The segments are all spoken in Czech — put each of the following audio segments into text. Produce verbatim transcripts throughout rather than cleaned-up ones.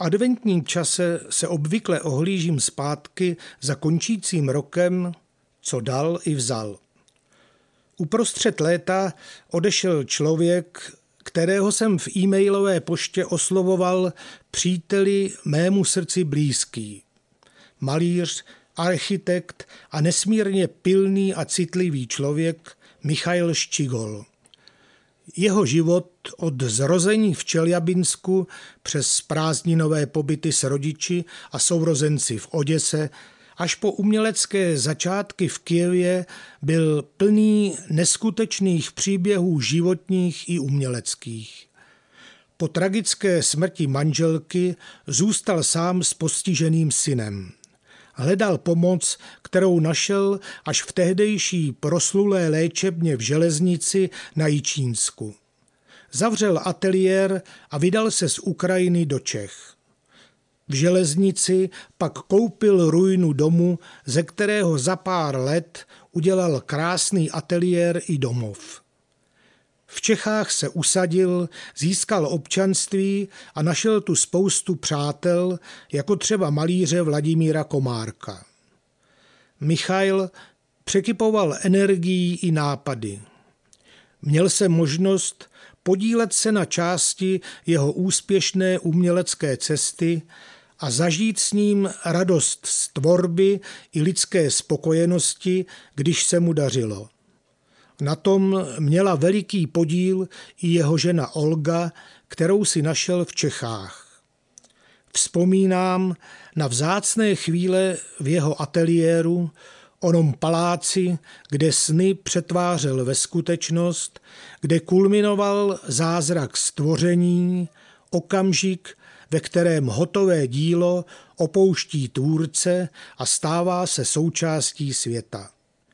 adventním čase se obvykle ohlížím zpátky za končícím rokem, co dal i vzal. Uprostřed léta odešel člověk, kterého jsem v e-mailové poště oslovoval příteli mému srdci blízký. Malíř, architekt a nesmírně pilný a citlivý člověk Michail Ščigol. Jeho život od zrození v Čeljabinsku přes prázdninové pobyty s rodiči a sourozenci v Oděse až po umělecké začátky v Kyjevě byl plný neskutečných příběhů životních i uměleckých. Po tragické smrti manželky zůstal sám s postiženým synem. Hledal pomoc, kterou našel až v tehdejší proslulé léčebně v Železnici na Jičínsku. Zavřel ateliér a vydal se z Ukrajiny do Čech. V Železnici pak koupil ruinu domu, ze kterého za pár let udělal krásný ateliér i domov. V Čechách se usadil, získal občanství a našel tu spoustu přátel, jako třeba malíře Vladimíra Komárka. Michail překypoval energií i nápady. Měl jsem možnost podílet se na části jeho úspěšné umělecké cesty a zažít s ním radost z tvorby i lidské spokojenosti, když se mu dařilo. Na tom měla veliký podíl i jeho žena Olga, kterou si našel v Čechách. Vzpomínám na vzácné chvíle v jeho ateliéru, onom paláci, kde sny přetvářel ve skutečnost, kde kulminoval zázrak stvoření, okamžik, ve kterém hotové dílo opouští tvůrce a stává se součástí světa.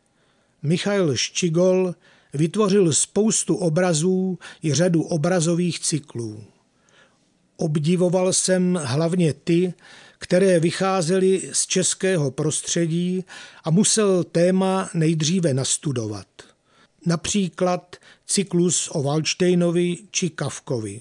Michail Ščigol vytvořil spoustu obrazů i řadu obrazových cyklů. Obdivoval jsem hlavně ty, které vycházely z českého prostředí a musel téma nejdříve nastudovat. Například cyklus o Valdštejnovi či Kafkovi.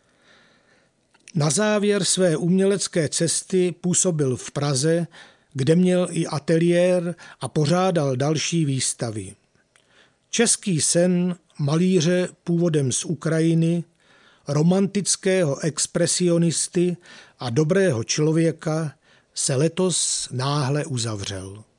Na závěr své umělecké cesty působil v Praze, kde měl i ateliér a pořádal další výstavy. Český sen malíře původem z Ukrajiny, romantického expresionisty a dobrého člověka se letos náhle uzavřel.